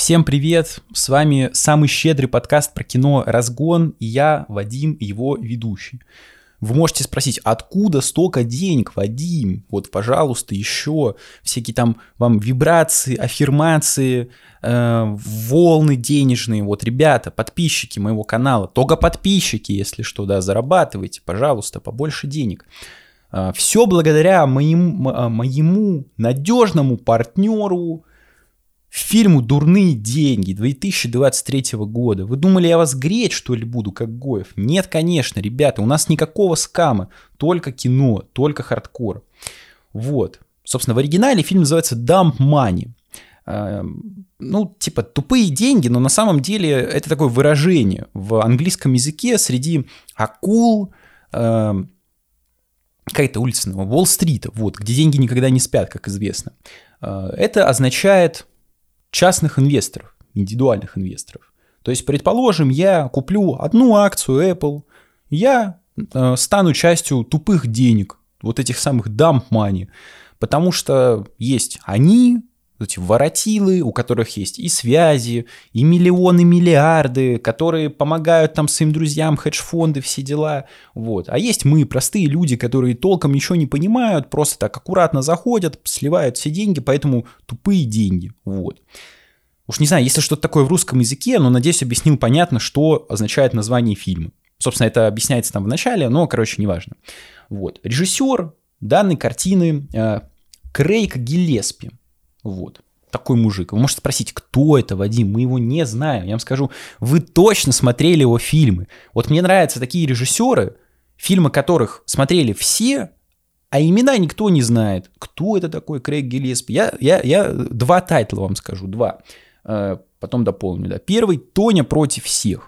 Всем привет! С вами самый щедрый подкаст про кино «Разгон», и я, Вадим, его ведущий. Вы можете спросить, откуда столько денег, Вадим? Вот, пожалуйста, еще всякие там вам вибрации, аффирмации, волны денежные. Вот, ребята, подписчики моего канала, только подписчики, если что, да, зарабатывайте, пожалуйста, побольше денег. Все благодаря моему надежному партнеру, фильму «Дурные деньги» 2023 года. Вы думали, я вас греть, что ли, буду, как Гоев? Нет, конечно, ребята, у нас никакого скама, только кино, только хардкор. Вот. Собственно, в оригинале фильм называется «Dump Money». Ну, типа, тупые деньги, но на самом деле это такое выражение в английском языке среди акул, какая-то улица, Уолл-стрита, вот, где деньги никогда не спят, как известно. Это означает частных инвесторов, индивидуальных инвесторов. То есть, предположим, я куплю одну акцию Apple, я стану частью тупых денег, вот этих самых dump money, потому что есть они, эти воротилы, у которых есть и связи, и миллионы, миллиарды, которые помогают там своим друзьям, хедж-фонды, все дела. Вот. А есть мы, простые люди, которые толком ничего не понимают, просто так аккуратно заходят, сливают все деньги, поэтому тупые деньги. Вот. Уж не знаю, если что-то такое в русском языке, но, надеюсь, объяснил понятно, что означает название фильма. Собственно, это объясняется там в начале, но, короче, неважно. Вот. Режиссер данной картины Крейг Гиллеспи. Вот, такой мужик. Вы можете спросить, кто это, Вадим? Мы его не знаем. Я вам скажу, вы точно смотрели его фильмы. Вот мне нравятся такие режиссеры, фильмы которых смотрели все, а имена никто не знает. Кто это такой Крейг Гиллеспи? Я два тайтла вам скажу, два. Потом дополню. Да. Первый — «Тоня против всех».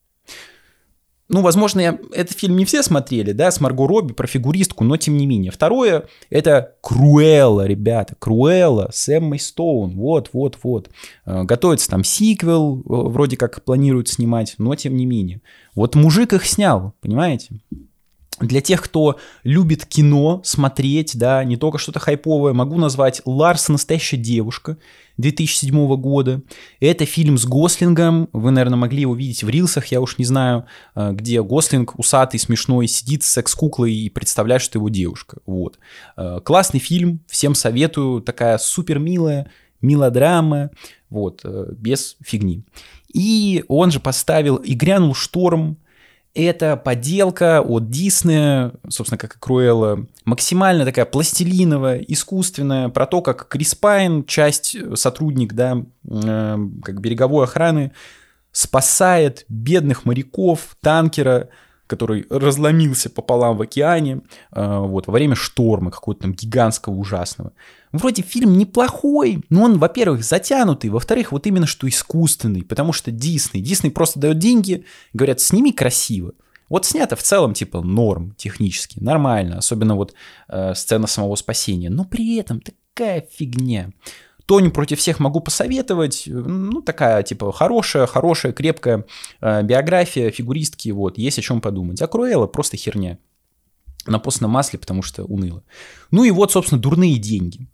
Ну, возможно, этот фильм не все смотрели, да, с Марго Робби про фигуристку, но тем не менее. Второе — это «Круэлла», ребята, «Круэлла» с Эммой Стоун, вот. Готовится там сиквел, вроде как планируют снимать, но тем не менее. Вот мужик их снял, понимаете? Для тех, кто любит кино, смотреть, да, не только что-то хайповое, могу назвать «Ларс. Настоящая девушка» 2007 года. Это фильм с Гослингом, вы, наверное, могли его видеть в рилсах, я уж не знаю, где Гослинг усатый, смешной, сидит с секс-куклой и представляет, что его девушка. Вот. Классный фильм, всем советую, такая супер милая мелодрама, вот, без фигни. И он же поставил «И грянул шторм». Это поделка от Диснея, собственно, как и Круэлла, максимально такая пластилиновая, искусственная, про то, как Крис Пайн, сотрудник, да, как береговой охраны, спасает бедных моряков танкера, который разломился пополам в океане, вот, во время шторма какого-то там гигантского, ужасного. Вроде фильм неплохой, но он, во-первых, затянутый, во-вторых, вот именно что искусственный, потому что Дисней просто дает деньги, говорят, сними красиво. Вот снято в целом типа норм технически, нормально, особенно вот сцена самого спасения, но при этом такая фигня. «Тоню против всех» могу посоветовать, ну, такая, типа, хорошая, крепкая биография фигуристки, вот, есть о чем подумать. А Круэлла просто херня. На постном масле, потому что уныло. Ну и вот, собственно, «Дурные деньги».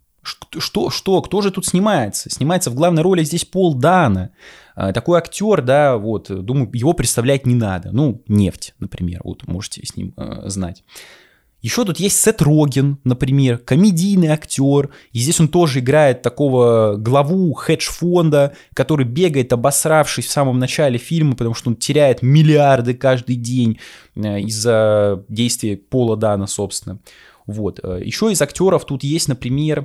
Кто же тут снимается? Снимается в главной роли здесь Пол Дано. Такой актер, да, вот, думаю, его представлять не надо. Ну, «Нефть», например, вот, можете с ним знать. Еще тут есть Сет Роген, например, комедийный актер. И здесь он тоже играет такого главу хедж-фонда, который бегает, обосравшись в самом начале фильма, потому что он теряет миллиарды каждый день из-за действия Пола Дано, собственно. Вот. Еще из актеров тут есть, например,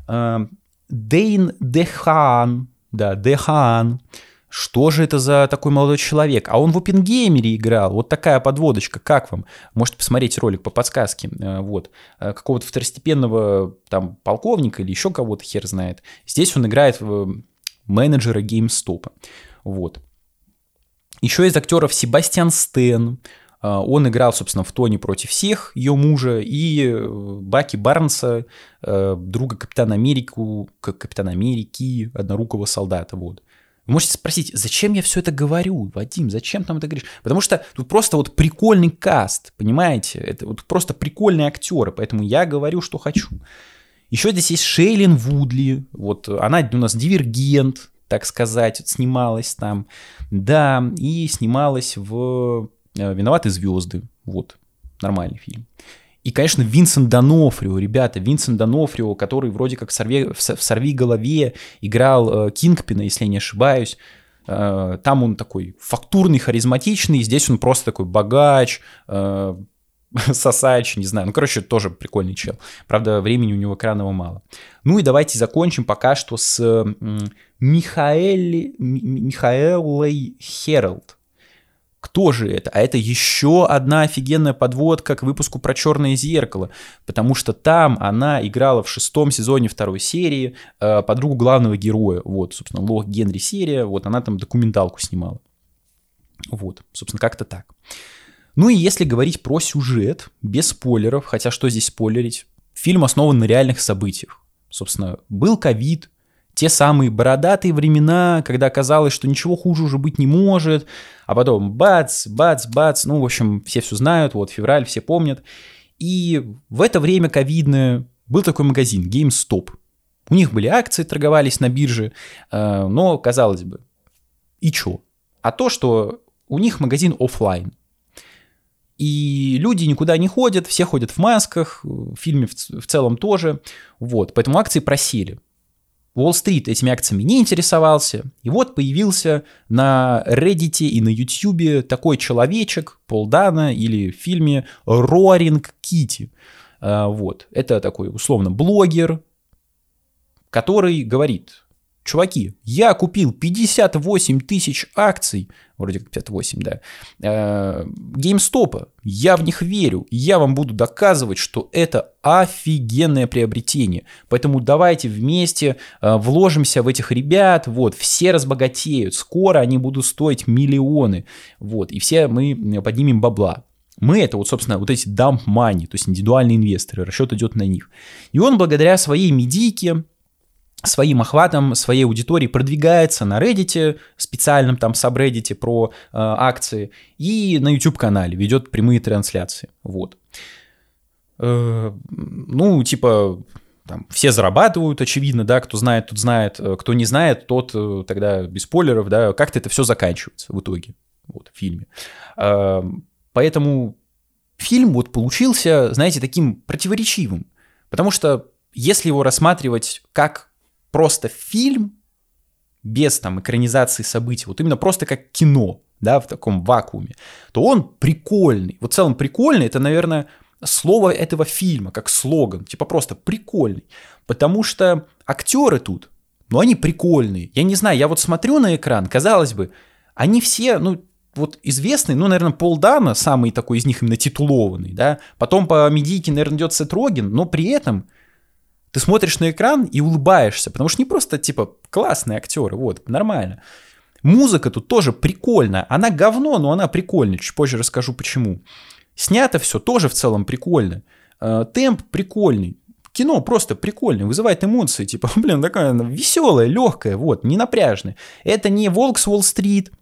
Дэйн Дехаан. Да, Дехаан. Что же это за такой молодой человек? А он в «Оппенгеймере» играл. Вот такая подводочка. Как вам? Можете посмотреть ролик по подсказке. Вот. Какого-то второстепенного там полковника или еще кого-то, хер знает. Здесь он играет менеджера GameStop. Вот. Еще из актеров Себастьян Стэн. Он играл, собственно, в «Тоне против всех», ее мужа, и Баки Барнса, друга Капитана Америки, однорукого солдата. Вот. Вы можете спросить, зачем я все это говорю, Вадим, зачем там это говоришь? Потому что тут просто вот прикольный каст, понимаете? Это вот просто прикольные актеры, поэтому я говорю, что хочу. Еще здесь есть Шейлин Вудли, вот она у нас «Дивергент», так сказать, снималась там. Да, и снималась в «Виноваты звезды». Вот, нормальный фильм. И, конечно, Винсент Донофрио, ребята, Винсент Донофрио, который вроде как в «Сорвиголове» играл Кингпина, если я не ошибаюсь. Там он такой фактурный, харизматичный, здесь он просто такой богач, сосач, не знаю. Ну, короче, тоже прикольный чел. Правда, времени у него экранного мало. Ну и давайте закончим пока что с Михаэлой Хералд. Кто же это? А это еще одна офигенная подводка к выпуску про «Черное зеркало», потому что там она играла в 6-м сезоне 2-й серии подругу главного героя. Вот, собственно, Лох Генри серия, вот она там документалку снимала. Вот, собственно, как-то так. Ну и если говорить про сюжет, без спойлеров, хотя что здесь спойлерить, фильм основан на реальных событиях. Собственно, был ковид, те самые бородатые времена, когда казалось, что ничего хуже уже быть не может, а потом бац, бац, бац, ну, в общем, все знают, вот февраль, все помнят. И в это время ковидное был такой магазин GameStop. У них были акции, торговались на бирже, но, казалось бы, и чё? А то, что у них магазин офлайн. И люди никуда не ходят, все ходят в масках, в фильме в целом тоже, вот, поэтому акции просели. Уолл-стрит этими акциями не интересовался, и вот появился на Reddit и на YouTube такой человечек, Пол Дано, или в фильме Roaring Kitty. Вот. Это такой условно блогер, который говорит: чуваки, я купил 58 тысяч акций, вроде как 58, да, GameStop, я в них верю, я вам буду доказывать, что это офигенное приобретение, поэтому давайте вместе вложимся в этих ребят, вот, все разбогатеют, скоро они будут стоить миллионы, вот, и все мы поднимем бабла. Мы это вот, собственно, вот эти dump money, то есть индивидуальные инвесторы, расчет идет на них. И он благодаря своей медийке, своим охватом, своей аудитории продвигается на Reddit, специальном там сабреддите про акции, и на YouTube-канале ведет прямые трансляции. Вот. Ну, типа, там, все зарабатывают, очевидно, да, кто знает, тот знает, кто не знает, тот тогда без спойлеров, да, как-то это все заканчивается в итоге, вот, в фильме. Поэтому фильм вот получился, знаете, таким противоречивым, потому что если его рассматривать как просто фильм, без там экранизации событий, вот именно просто как кино, да, в таком вакууме, то он прикольный. Вот в целом прикольный — это, наверное, слово этого фильма, как слоган, типа просто прикольный. Потому что актеры тут, ну, они прикольные. Я не знаю, я вот смотрю на экран, казалось бы, они все, ну, вот известный, ну, наверное, Пол Дано, самый такой из них именно титулованный, да, потом по медийке, наверное, идет Сет Роген, но при этом ты смотришь на экран и улыбаешься, потому что не просто, типа, классные актеры, вот, нормально. Музыка тут тоже прикольная, она говно, но она прикольная, чуть позже расскажу почему. Снято все тоже в целом прикольно, темп прикольный, кино просто прикольное, вызывает эмоции, типа, блин, такая веселая, легкая, вот, не напряжная. Это не «Волк с Уолл-стрит»,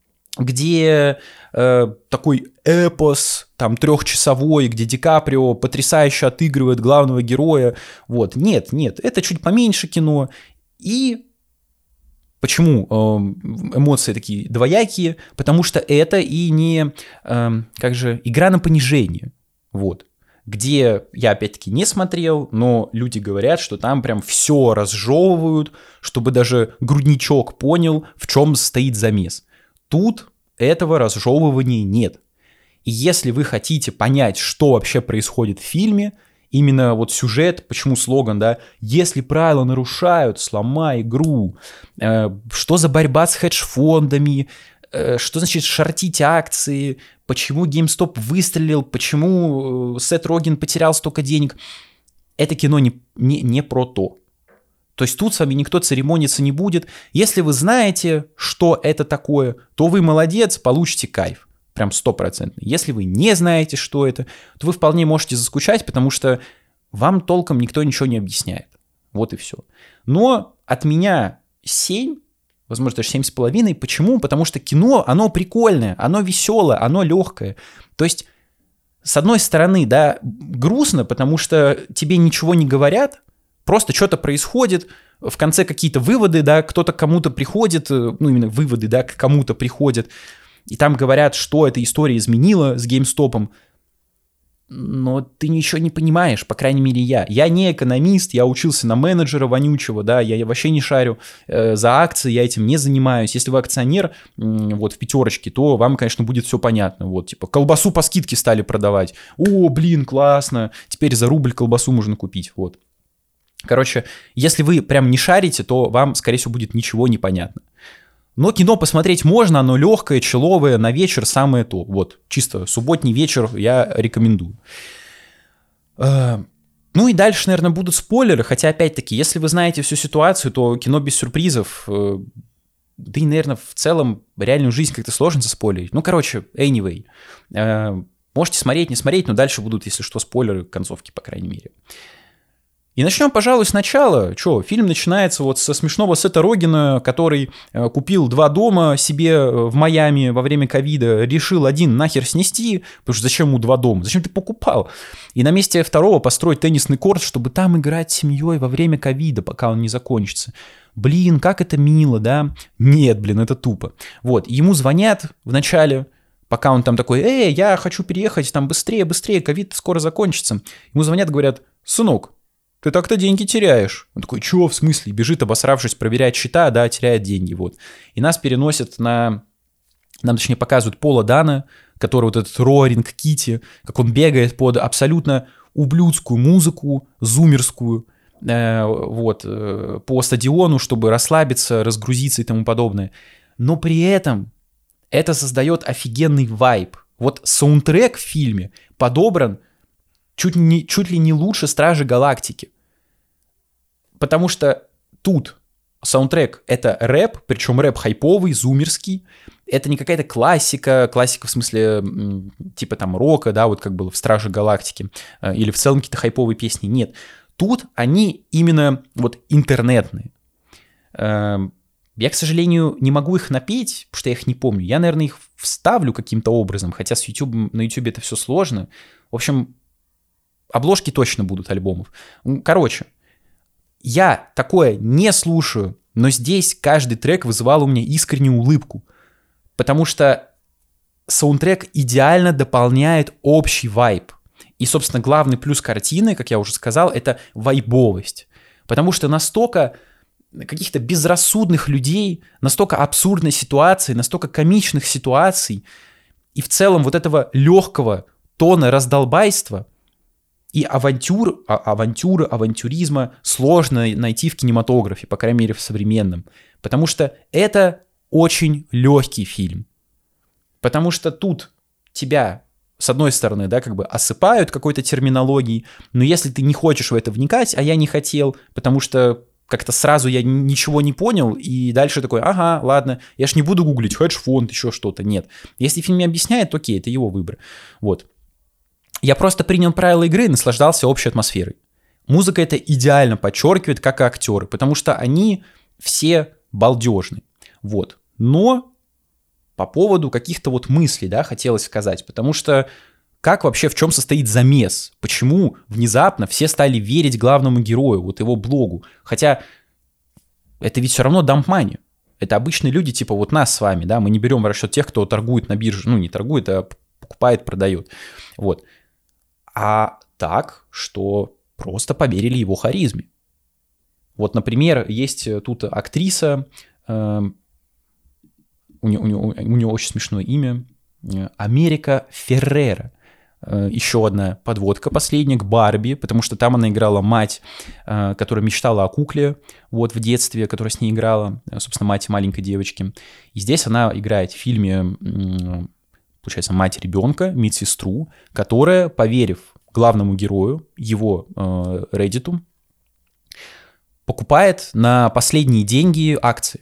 где такой эпос, там, 3-часовой, где Ди Каприо потрясающе отыгрывает главного героя, вот, нет, это чуть поменьше кино, и почему эмоции такие двоякие, потому что это и не, игра на понижение, вот, где я, опять-таки, не смотрел, но люди говорят, что там прям все разжевывают, чтобы даже грудничок понял, в чем стоит замес. Тут этого разжевывания нет. И если вы хотите понять, что вообще происходит в фильме, именно вот сюжет, почему слоган, да, если правила нарушают, сломай игру, что за борьба с хедж-фондами, что значит шортить акции, почему GameStop выстрелил, почему Сет Роген потерял столько денег, это кино не про то. То есть тут с вами никто церемониться не будет. Если вы знаете, что это такое, то вы молодец, получите кайф. Прям 100%. Если вы не знаете, что это, то вы вполне можете заскучать, потому что вам толком никто ничего не объясняет. Вот и все. Но от меня 7, возможно, даже 7,5. Почему? Потому что кино, оно прикольное, оно веселое, оно легкое. То есть, с одной стороны, да, грустно, потому что тебе ничего не говорят, просто что-то происходит, в конце какие-то выводы, да, кто-то кому-то приходит, ну, именно выводы, да, к кому-то приходят, и там говорят, что эта история изменила с GameStop. Но ты ничего не понимаешь, по крайней мере я. Я не экономист, я учился на менеджера вонючего, да, я вообще не шарю за акции, я этим не занимаюсь. Если вы акционер вот в пятерочке, то вам, конечно, будет все понятно. Вот, типа, колбасу по скидке стали продавать. О, блин, классно, теперь за рубль колбасу можно купить, вот. Короче, если вы прям не шарите, то вам, скорее всего, будет ничего не понятно. Но кино посмотреть можно, оно легкое, человое, на вечер самое то. Вот, чисто субботний вечер я рекомендую. Ну и дальше, наверное, будут спойлеры, хотя, опять-таки, если вы знаете всю ситуацию, то кино без сюрпризов, да и, наверное, в целом реальную жизнь как-то сложно заспойлерить. Ну, короче, anyway. Можете смотреть, не смотреть, но дальше будут, если что, спойлеры концовки, по крайней мере. И начнем, пожалуй, сначала. Фильм начинается вот со смешного Сета Рогена, который купил 2 дома себе в Майами во время ковида, решил один нахер снести, потому что зачем ему 2 дома? Зачем ты покупал? И на месте 2-го построить теннисный корт, чтобы там играть с семьей во время ковида, пока он не закончится. Блин, как это мило, да? Нет, блин, это тупо. Вот, ему звонят вначале, пока он там такой, я хочу переехать, там быстрее, ковид скоро закончится. Ему звонят, говорят, сынок, ты так-то деньги теряешь. Он такой, чё, в смысле? Бежит, обосравшись, проверяет счета, да, теряет деньги, вот. И нас переносят нам, точнее, показывают Пола Дана, который вот этот Роаринг Кити, как он бегает под абсолютно ублюдскую музыку, зумерскую, вот, по стадиону, чтобы расслабиться, разгрузиться и тому подобное. Но при этом это создает офигенный вайб. Вот саундтрек в фильме подобран чуть ли не лучше «Стражи Галактики». Потому что тут саундтрек — это рэп, причем рэп хайповый, зумерский. Это не какая-то классика в смысле типа там рока, да, вот как было в «Страже Галактики», или в целом какие-то хайповые песни. Нет. Тут они именно вот интернетные. Я, к сожалению, не могу их напеть, потому что я их не помню. Я, наверное, их вставлю каким-то образом, хотя на YouTube это все сложно. В общем, обложки точно будут альбомов. Короче, я такое не слушаю, но здесь каждый трек вызывал у меня искреннюю улыбку, потому что саундтрек идеально дополняет общий вайб. И, собственно, главный плюс картины, как я уже сказал, это вайбовость. Потому что настолько каких-то безрассудных людей, настолько абсурдной ситуации, настолько комичных ситуаций, и в целом вот этого легкого тона раздолбайства и авантюризма сложно найти в кинематографе, по крайней мере в современном. Потому что это очень легкий фильм. Потому что тут тебя, с одной стороны, да, как бы осыпают какой-то терминологией, но если ты не хочешь в это вникать, а я не хотел, потому что как-то сразу я ничего не понял, и дальше такой, ага, ладно, я ж не буду гуглить хедж-фонд, еще что-то, нет. Если фильм не объясняет, окей, это его выбор. Вот. Я просто принял правила игры и наслаждался общей атмосферой. Музыка это идеально подчеркивает, как и актеры, потому что они все балдежны. Вот. Но по поводу каких-то вот мыслей, да, хотелось сказать, потому что как вообще, в чем состоит замес? Почему внезапно все стали верить главному герою, вот его блогу? Хотя это ведь все равно дамп-мани. Это обычные люди, типа вот нас с вами, да, мы не берем в расчет тех, кто торгует на бирже, ну не торгует, а покупает, продает. Вот. А так, что просто поверили его харизме. Вот, например, есть тут актриса, у нее очень смешное имя, Америка Феррера. Еще одна подводка последняя к Барби, потому что там она играла мать, которая мечтала о кукле вот, в детстве, которая с ней играла, собственно, мать маленькой девочки. И здесь она играет в фильме, получается, мать ребенка, медсестру, которая, поверив главному герою, его Reddit'у, покупает на последние деньги акции.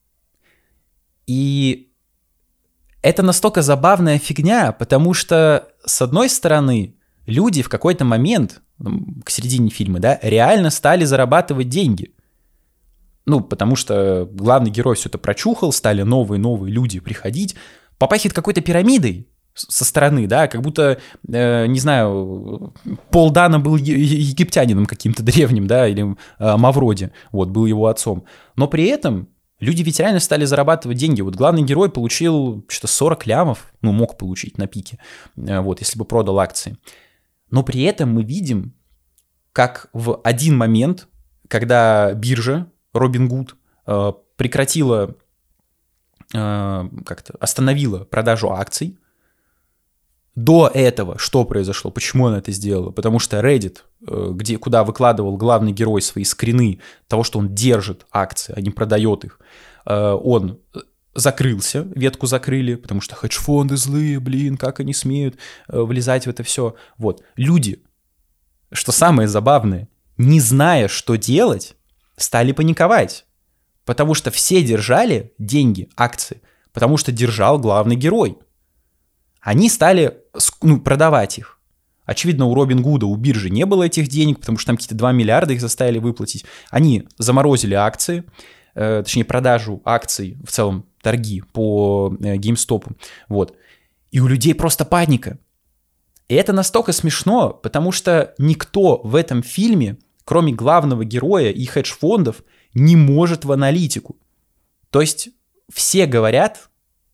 И это настолько забавная фигня, потому что, с одной стороны, люди в какой-то момент, к середине фильма, да, реально стали зарабатывать деньги. Ну, потому что главный герой все это прочухал, стали новые люди приходить. Попахивает какой-то пирамидой, со стороны, да, как будто, не знаю, Пол Дано был египтянином каким-то древним, да, или Мавроди, вот, был его отцом. Но при этом люди ведь реально стали зарабатывать деньги. Вот главный герой получил что-то 40 лямов, ну, мог получить на пике, вот, если бы продал акции. Но при этом мы видим, как в один момент, когда биржа Robinhood прекратила, как-то остановила продажу акций, до этого что произошло? Почему она это сделала? Потому что Reddit, куда выкладывал главный герой свои скрины того, что он держит акции, а не продает их, он закрылся, ветку закрыли, потому что хедж-фонды злые, блин, как они смеют влезать в это все. Вот. Люди, что самое забавное, не зная, что делать, стали паниковать, потому что все держали деньги, акции, потому что держал главный герой. Они стали продавать их. Очевидно, у Robinhood, у биржи не было этих денег, потому что там какие-то 2 миллиарда их заставили выплатить. Они заморозили акции, точнее, продажу акций, в целом торги по GameStop. Вот. И у людей просто паника. И это настолько смешно, потому что никто в этом фильме, кроме главного героя и хедж-фондов, не может в аналитику. То есть все говорят,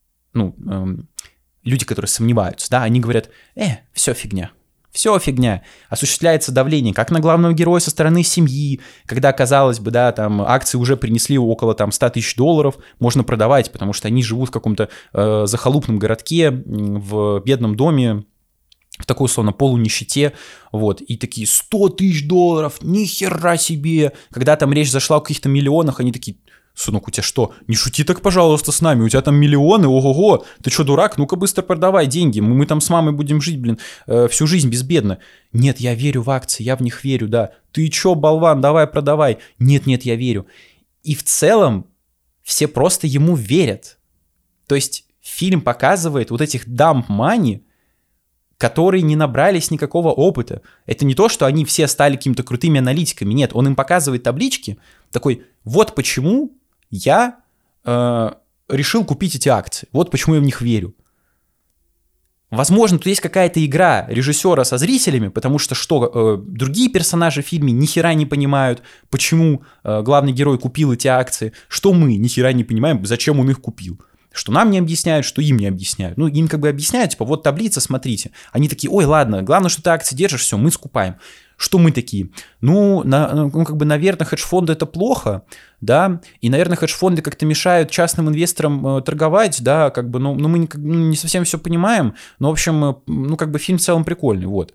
люди, которые сомневаются, да, они говорят, все фигня. Все фигня. Осуществляется давление как на главного героя со стороны семьи, когда, казалось бы, да, там акции уже принесли около там, $100 тысяч, можно продавать, потому что они живут в каком-то захолупном городке, в бедном доме, в такой, условно, полунищете, вот, и такие $100 тысяч, ни хера себе. Когда там речь зашла о каких-то миллионах, они такие: сынок, у тебя что, не шути так, пожалуйста, с нами, у тебя там миллионы, ого-го, ты что, дурак, ну-ка быстро продавай деньги, мы там с мамой будем жить, блин, всю жизнь безбедно. Нет, я верю в акции, я в них верю, да. Ты чё, болван, давай продавай. Нет, я верю. И в целом все просто ему верят. То есть фильм показывает вот этих dump money, которые не набрались никакого опыта. Это не то, что они все стали какими-то крутыми аналитиками. Нет, он им показывает таблички, такой: вот почему я решил купить эти акции, вот почему я в них верю. Возможно, тут есть какая-то игра режиссера со зрителями, потому что другие персонажи в фильме ни хера не понимают, почему главный герой купил эти акции, что мы ни хера не понимаем, зачем он их купил. Что нам не объясняют, что им не объясняют. Ну, им как бы объясняют, типа, вот таблица, смотрите. Они такие: ой, ладно, главное, что ты акции держишь, все, мы скупаем. Что мы такие? Наверное, хедж-фонды — это плохо, да, и, наверное, хедж-фонды как-то мешают частным инвесторам торговать, да, как бы, мы не совсем все понимаем, но, в общем, фильм в целом прикольный, вот.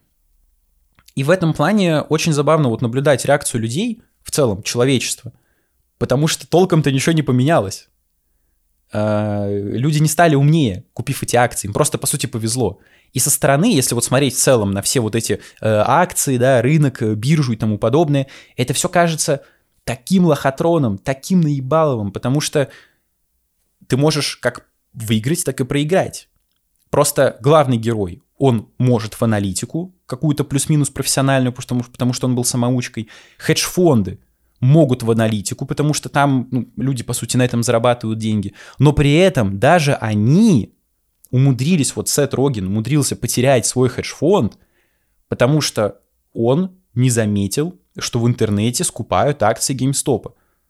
И в этом плане очень забавно вот наблюдать реакцию людей, в целом, человечества, потому что толком-то ничего не поменялось. Люди не стали умнее, купив эти акции, им просто, по сути, повезло. И со стороны, если вот смотреть в целом на все вот эти акции, да, рынок, биржу и тому подобное, это все кажется таким лохотроном, таким наебаловым, потому что ты можешь как выиграть, так и проиграть. Просто главный герой, он может в аналитику, какую-то плюс-минус профессиональную, потому что он был самоучкой. Хедж-фонды могут в аналитику, потому что там люди, по сути, на этом зарабатывают деньги. Но при этом даже они умудрились, вот Сет Роген умудрился потерять свой хедж-фонд, потому что он не заметил, что в интернете скупают акции GameStop.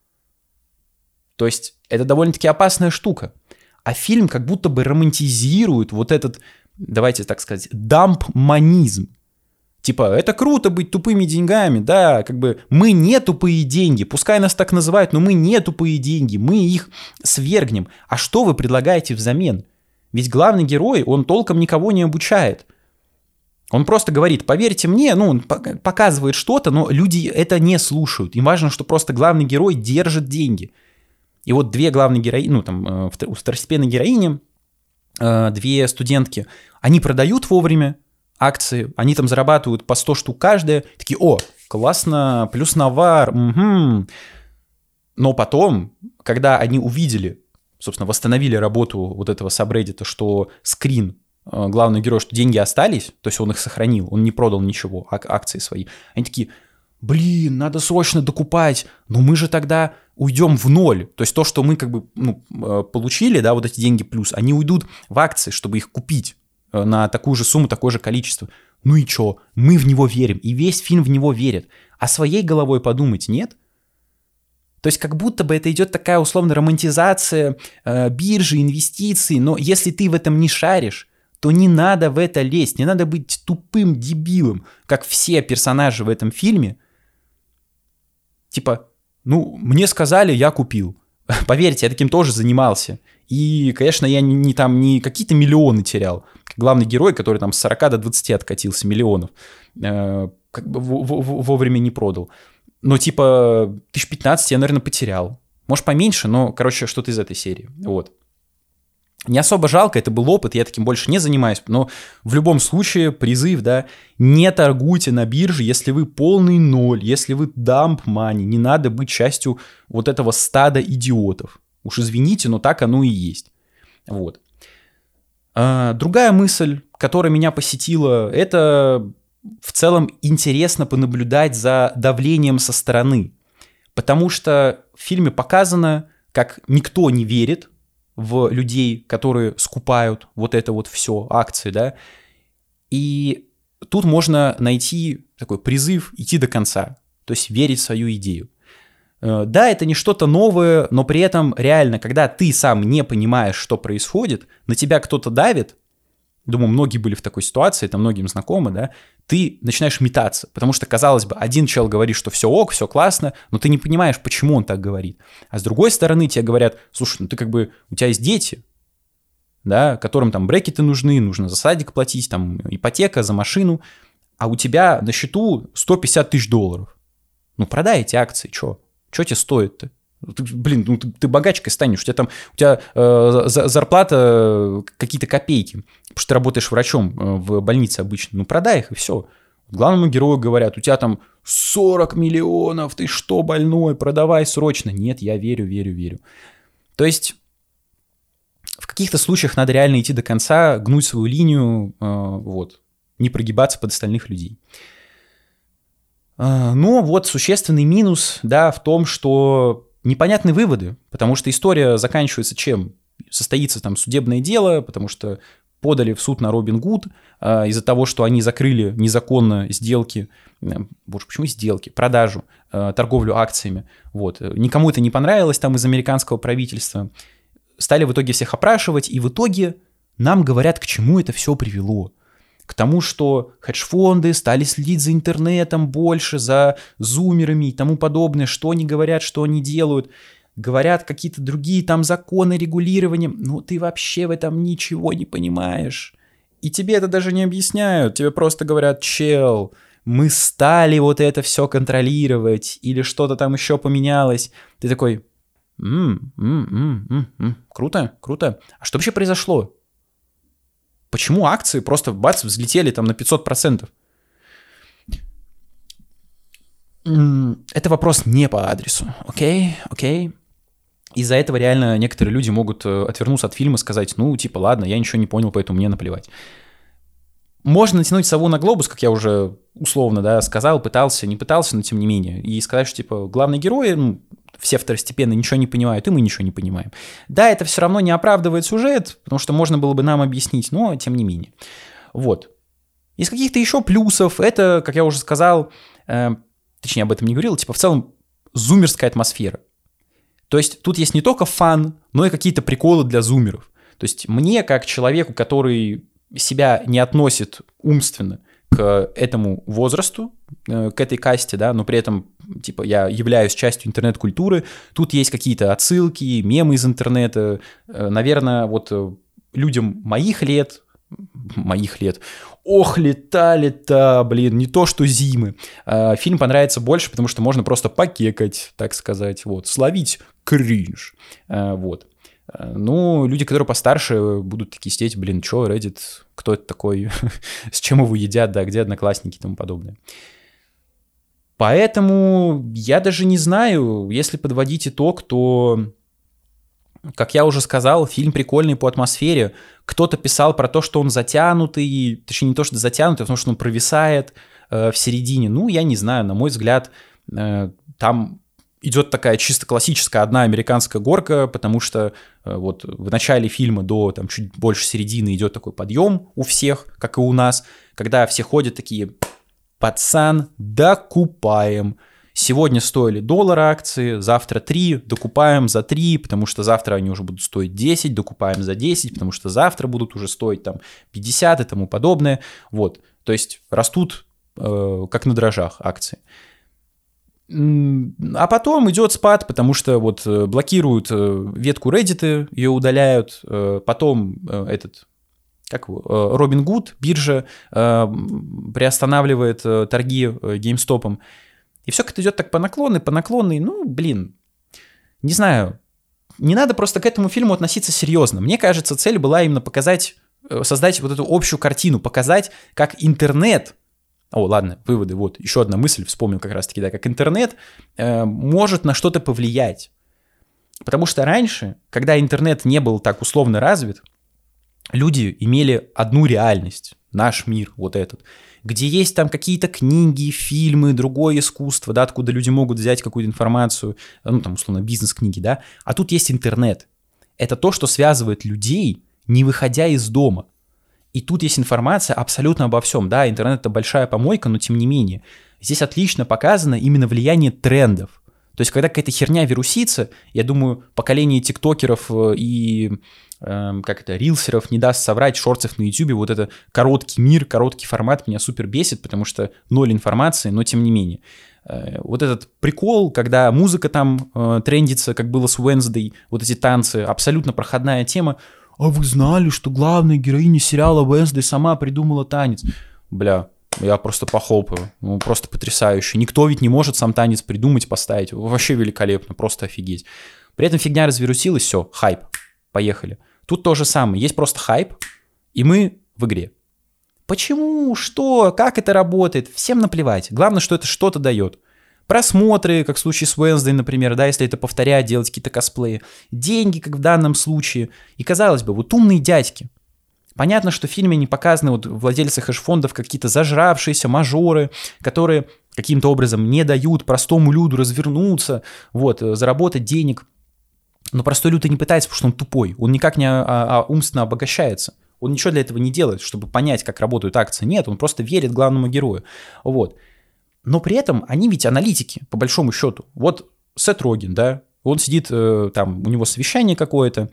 То есть это довольно-таки опасная штука. А фильм как будто бы романтизирует вот этот, давайте так сказать, дамп-манизм. Типа, это круто быть тупыми деньгами, да, как бы мы не тупые деньги, пускай нас так называют, но мы не тупые деньги, мы их свергнем. А что вы предлагаете взамен? Ведь главный герой, он толком никого не обучает. Он просто говорит: поверьте мне, он показывает что-то, но люди это не слушают. Им важно, что просто главный герой держит деньги. И вот две главные героини, второстепенной героини, две студентки, они продают вовремя акции, они там зарабатывают по 100 штук каждая, такие: о, классно, плюс навар, угу. Но потом, когда они увидели, собственно, восстановили работу вот этого сабреддита, что скрин главного героя, что деньги остались, то есть он их сохранил, он не продал ничего, акции свои, они такие: блин, надо срочно докупать, но мы же тогда уйдем в ноль. То есть то, что мы как бы получили, да, вот эти деньги плюс, они уйдут в акции, чтобы их купить. на такую же сумму, такое же количество. Ну и чё? Мы в него верим, и весь фильм в него верит. А своей головой подумать нет? То есть как будто бы это идет такая условно романтизация биржи, инвестиций, но если ты в этом не шаришь, то не надо в это лезть, не надо быть тупым дебилом, как все персонажи в этом фильме. Типа, ну, мне сказали, я купил. Поверьте, я таким тоже занимался. И, конечно, я не какие-то миллионы терял. Главный герой, который там с 40 до 20 откатился миллионов, как бы вовремя не продал. Но типа 1015 я, наверное, потерял. Может, поменьше, но, короче, что-то из этой серии. Вот. Не особо жалко, это был опыт, я таким больше не занимаюсь, но в любом случае призыв, да, не торгуйте на бирже, если вы полный ноль, если вы dump money, не надо быть частью вот этого стада идиотов. Уж извините, но так оно и есть. Вот. Другая мысль, которая меня посетила, это в целом интересно понаблюдать за давлением со стороны, потому что в фильме показано, как никто не верит в людей, которые скупают вот это вот все, акции, да, и тут можно найти такой призыв идти до конца, то есть верить в свою идею. Да, это не что-то новое, но при этом реально, когда ты сам не понимаешь, что происходит, на тебя кто-то давит, думаю, многие были в такой ситуации, это многим знакомо, да, ты начинаешь метаться, потому что, казалось бы, один человек говорит, что все ок, все классно, но ты не понимаешь, почему он так говорит. А с другой стороны тебе говорят, слушай, ну ты как бы, у тебя есть дети, да, которым там брекеты нужны, нужно за садик платить, там ипотека за машину, а у тебя на счету 150 тысяч долларов. Ну продай эти акции, что тебе стоит-то? Блин, ну ты богачкой станешь, у тебя зарплата какие-то копейки, потому что ты работаешь врачом в больнице обычно, ну продай их и все. Главному герою говорят, у тебя там 40 миллионов, ты что, больной, продавай срочно. Нет, я верю. То есть в каких-то случаях надо реально идти до конца, гнуть свою линию, вот, не прогибаться под остальных людей. Но вот существенный минус, да, в том, что непонятны выводы, потому что история заканчивается чем? Состоится там судебное дело, потому что подали в суд на Robinhood из-за того, что они закрыли незаконно сделки, боже, почему сделки? Продажу, торговлю акциями. Вот. Никому это не понравилось там из американского правительства. Стали в итоге всех опрашивать, и в итоге нам говорят, к чему это все привело. К тому, что хедж-фонды стали следить за интернетом больше, за зумерами и тому подобное, что они говорят, что они делают. Говорят какие-то другие там законы регулирования. Ну, ты вообще в этом ничего не понимаешь. И тебе это даже не объясняют. Тебе просто говорят, чел, мы стали вот это все контролировать, или что-то там еще поменялось. Ты такой, круто. А что вообще произошло? Почему акции просто бац, взлетели там на 500%? Это вопрос не по адресу. Окей. Из-за этого реально некоторые люди могут отвернуться от фильма и сказать, ну, типа, ладно, я ничего не понял, поэтому мне наплевать. Можно натянуть сову на глобус, как я уже условно, да, сказал, пытался, не пытался, но тем не менее, и сказать, что, типа, главные герои, ну, все второстепенные ничего не понимают, и мы ничего не понимаем. Да, это все равно не оправдывает сюжет, потому что можно было бы нам объяснить, но тем не менее. Вот. Из каких-то еще плюсов, это, как я уже сказал, точнее, об этом не говорил, типа, в целом, зумерская атмосфера. То есть тут есть не только фан, но и какие-то приколы для зумеров. То есть мне, как человеку, который себя не относит умственно к этому возрасту, к этой касте, да, но при этом, типа, я являюсь частью интернет-культуры, тут есть какие-то отсылки, мемы из интернета, наверное, вот людям моих лет, ох, лета, блин, не то что зимы, фильм понравится больше, потому что можно просто покекать, так сказать, вот, словить кринж, вот. Ну, люди, которые постарше, будут такие сидеть, блин, что, Reddit, кто это такой, с чем его едят, да, где одноклассники и тому подобное. Поэтому я даже не знаю, если подводить итог, то, как я уже сказал, фильм прикольный по атмосфере. Кто-то писал про то, что он затянутый, точнее, не то, что затянутый, а потому что он провисает в середине. Ну, я не знаю, на мой взгляд, там идет такая чисто классическая одна американская горка, потому что вот в начале фильма до там, чуть больше середины идет такой подъем у всех, как и у нас, когда все ходят такие: пацан, докупаем. Сегодня стоили $1 акции, завтра 3, докупаем за 3, потому что завтра они уже будут стоить 10, докупаем за 10, потому что завтра будут уже стоить там 50 и тому подобное. Вот, то есть растут как на дрожжах акции. А потом идет спад, потому что вот блокируют ветку Reddit, ее удаляют, потом Robinhood, биржа, приостанавливает торги GameStop. И все как-то идет так по наклонной, не знаю. Не надо просто к этому фильму относиться серьезно. Мне кажется, цель была именно создать вот эту общую картину, показать, как интернет... выводы, вот, еще одна мысль, вспомнил как раз-таки, да, как интернет может на что-то повлиять. Потому что раньше, когда интернет не был так условно развит, люди имели одну реальность, наш мир вот этот, где есть там какие-то книги, фильмы, другое искусство, да, откуда люди могут взять какую-то информацию, там, условно, бизнес-книги, да, а тут есть интернет. Это то, что связывает людей, не выходя из дома. И тут есть информация абсолютно обо всем. Да, интернет — это большая помойка, но тем не менее. Здесь отлично показано именно влияние трендов. То есть, когда какая-то херня вирусится, я думаю, поколение тиктокеров и рилсеров не даст соврать, шортсов на ютубе, вот это короткий мир, короткий формат меня супер бесит, потому что ноль информации, но тем не менее. Вот этот прикол, когда музыка там трендится, как было с Wednesday, вот эти танцы, абсолютно проходная тема. А вы знали, что главная героиня сериала Wednesday сама придумала танец? Бля, я просто похлопаю. Просто потрясающе. Никто ведь не может сам танец придумать, поставить. Вообще великолепно, просто офигеть. При этом фигня развирусилась, все, хайп. Поехали. Тут то же самое. Есть просто хайп, и мы в игре. Почему? Что? Как это работает? Всем наплевать. Главное, что это что-то дает. Просмотры, как в случае с Wednesday, например, да, если это повторять, делать какие-то косплеи. Деньги, как в данном случае. И, казалось бы, вот умные дядьки. Понятно, что в фильме не показаны вот владельцы хэш-фондов, какие-то зажравшиеся мажоры, которые каким-то образом не дают простому люду развернуться, вот, заработать денег. Но простой люд и не пытается, потому что он тупой. Он никак не умственно обогащается. Он ничего для этого не делает, чтобы понять, как работают акции. Нет, он просто верит главному герою. Вот. Но при этом они ведь аналитики, по большому счету. Вот Сет Роген, да, он сидит, там, у него совещание какое-то,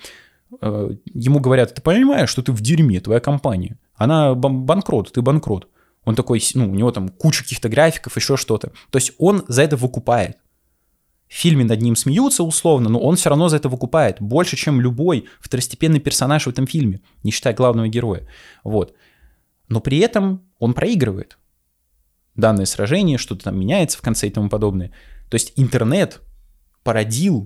ему говорят: ты понимаешь, что ты в дерьме, твоя компания, она банкрот, ты банкрот. Он такой, у него там куча каких-то графиков, еще что-то. То есть он за это выкупает. В фильме над ним смеются условно, но он все равно за это выкупает. Больше, чем любой второстепенный персонаж в этом фильме, не считая главного героя. Вот. Но при этом он проигрывает данное сражение, что-то там меняется в конце и тому подобное. То есть интернет породил,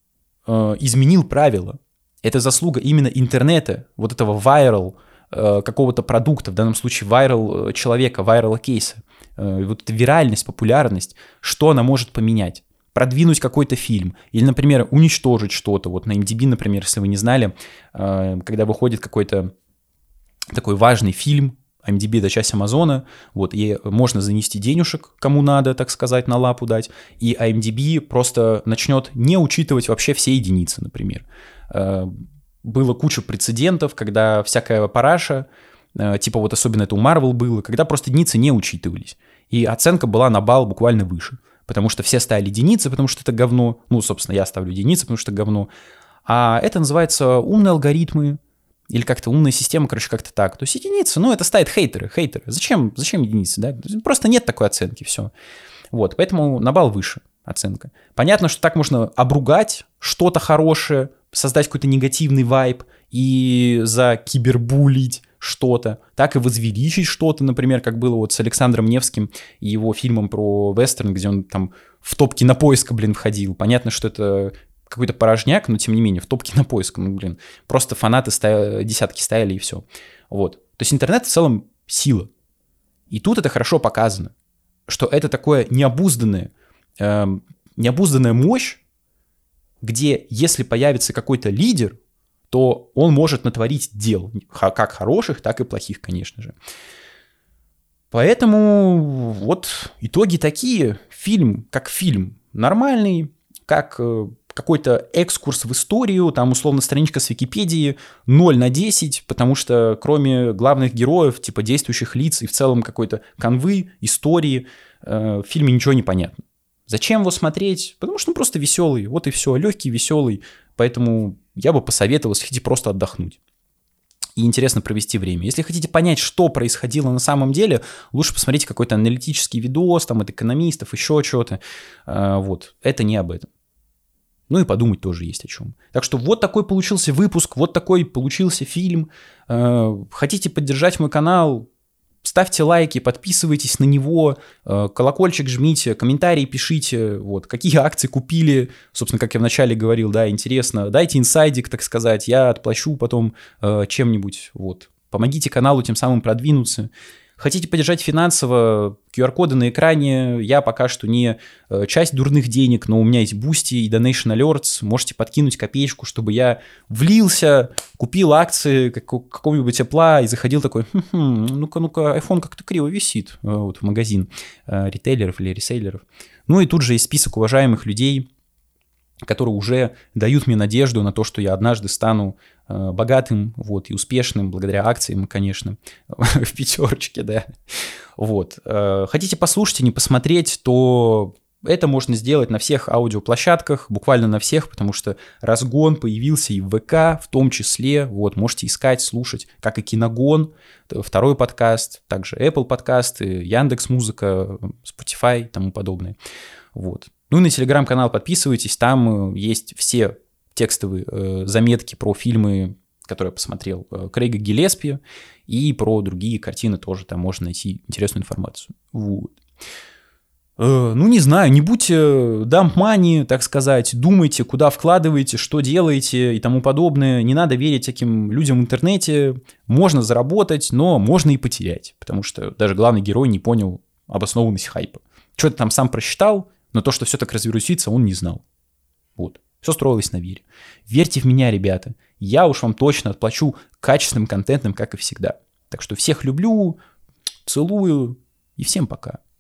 изменил правила. Это заслуга именно интернета, вот этого viral какого-то продукта, в данном случае viral человека, viral кейса. Вот эта виральность, популярность, что она может поменять? Продвинуть какой-то фильм или, например, уничтожить что-то. Вот на IMDb, например, если вы не знали, когда выходит какой-то такой важный фильм, IMDb — это часть Амазона, вот, и можно занести денежек, кому надо, так сказать, на лапу дать, и IMDb просто начнет не учитывать вообще все единицы, например. Было куча прецедентов, когда всякая параша, типа вот особенно это у Marvel было, когда просто единицы не учитывались, и оценка была на балл буквально выше, потому что все ставили единицы, потому что это говно, собственно, я ставлю единицы, потому что это говно, а это называется умные алгоритмы, или как-то умная система, как-то так. То есть единицы, это ставят хейтеры. Зачем единицы, да? Просто нет такой оценки, все. Вот, поэтому на балл выше оценка. Понятно, что так можно обругать что-то хорошее, создать какой-то негативный вайб и закибербулить что-то, так и возвеличить что-то, например, как было вот с Александром Невским и его фильмом про вестерн, где он там в топ Кинопоиска, входил. Понятно, что это какой-то порожняк, но тем не менее в топ Кинопоиска, просто фанаты десятки стояли и все. Вот. То есть интернет в целом сила. И тут это хорошо показано, что это такое необузданная мощь, где если появится какой-то лидер, то он может натворить дел, как хороших, так и плохих, конечно же. Поэтому вот итоги такие. Фильм как фильм нормальный, как какой-то экскурс в историю, там, условно, страничка с Википедии 0 на 10, потому что кроме главных героев, типа действующих лиц и в целом какой-то канвы, истории, в фильме ничего не понятно. Зачем его смотреть? Потому что он просто веселый, вот и все, легкий, веселый, поэтому я бы посоветовал, если хотите просто отдохнуть и интересно провести время. Если хотите понять, что происходило на самом деле, лучше посмотрите какой-то аналитический видос, там, от экономистов, еще что-то. Вот, это не об этом. Ну и подумать тоже есть о чем. Так что вот такой получился выпуск, вот такой получился фильм. Хотите поддержать мой канал? Ставьте лайки, подписывайтесь на него, колокольчик жмите, комментарии пишите, вот, какие акции купили, собственно, как я вначале говорил, да, интересно, дайте инсайдик, так сказать, я отплачу потом чем-нибудь, вот, помогите каналу тем самым продвинуться. Хотите поддержать финансово, QR-коды на экране, я пока что не часть дурных денег, но у меня есть Boosty и Donation Alerts, можете подкинуть копеечку, чтобы я влился, купил акции какого-нибудь Apple и заходил такой, ну-ка, iPhone как-то криво висит, вот в магазин ритейлеров или ресейлеров. Ну и тут же есть список уважаемых людей, которые уже дают мне надежду на то, что я однажды стану богатым, вот, и успешным, благодаря акциям, конечно, в пятерочке, да, вот. Хотите послушать и не посмотреть, то это можно сделать на всех аудиоплощадках, буквально на всех, потому что разгон появился и в ВК, в том числе, вот, можете искать, слушать, как и Киногон, второй подкаст, также Apple подкасты, Яндекс.Музыка, Spotify и тому подобное, вот. Ну и на телеграм-канал подписывайтесь, там есть все текстовые заметки про фильмы, которые я посмотрел, Крейга Гиллеспи, и про другие картины тоже там можно найти интересную информацию. Вот. Ну, не знаю, не будьте dump money, так сказать, думайте, куда вкладываете, что делаете и тому подобное. Не надо верить таким людям в интернете. Можно заработать, но можно и потерять, потому что даже главный герой не понял обоснованность хайпа. Что-то там сам просчитал, но то, что все так развирусится, он не знал. Вот. Все строилось на вере. Верьте в меня, ребята. Я уж вам точно отплачу качественным контентом, как и всегда. Так что всех люблю, целую и всем пока.